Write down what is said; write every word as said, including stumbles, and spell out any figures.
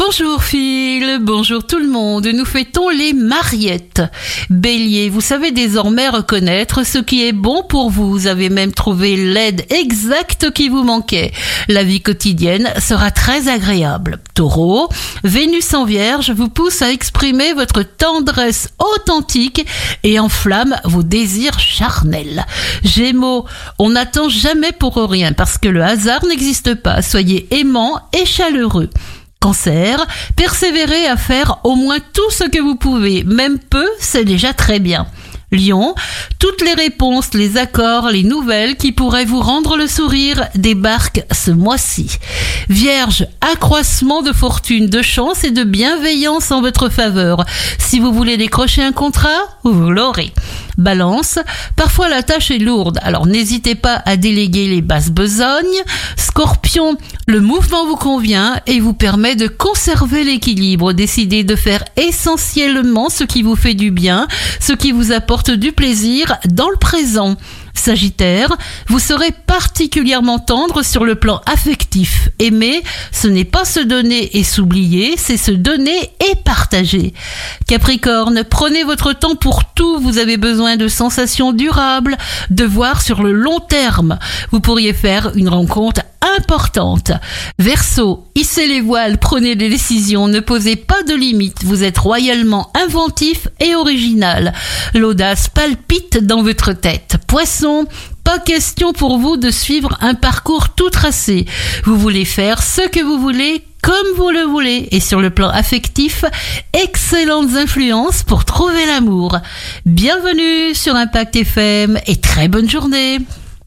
Bonjour Phil, bonjour tout le monde, nous fêtons les Mariettes. Bélier, vous savez désormais reconnaître ce qui est bon pour vous, vous avez même trouvé l'aide exacte qui vous manquait. La vie quotidienne sera très agréable. Taureau, Vénus en Vierge vous pousse à exprimer votre tendresse authentique et enflamme vos désirs charnels. Gémeaux, on n'attend jamais pour rien parce que le hasard n'existe pas, soyez aimant et chaleureux. Cancer, persévérez à faire au moins tout ce que vous pouvez, même peu, c'est déjà très bien. Lion, toutes les réponses, les accords, les nouvelles qui pourraient vous rendre le sourire débarquent ce mois-ci. Vierge, accroissement de fortune, de chance et de bienveillance en votre faveur. Si vous voulez décrocher un contrat, vous l'aurez. Balance, parfois la tâche est lourde, alors n'hésitez pas à déléguer les basses besognes. Scorpion, le mouvement vous convient et vous permet de conserver l'équilibre. Décidez de faire essentiellement ce qui vous fait du bien, ce qui vous apporte du plaisir dans le présent. Sagittaire, vous serez particulièrement tendre sur le plan affectif. Aimer, ce n'est pas se donner et s'oublier, c'est se donner et partager. Capricorne, prenez votre temps pour tout, vous avez besoin de sensations durables, de voir sur le long terme. Vous pourriez faire une rencontre importante. Verseau, hissez les voiles, prenez des décisions, ne posez pas de limites, vous êtes royalement inventif et original. L'audace palpite dans votre tête. Poisson, pas question pour vous de suivre un parcours tout tracé. Vous voulez faire ce que vous voulez comme vous le voulez. Et sur le plan affectif, excellentes influences pour trouver l'amour. Bienvenue sur Impact F M et très bonne journée.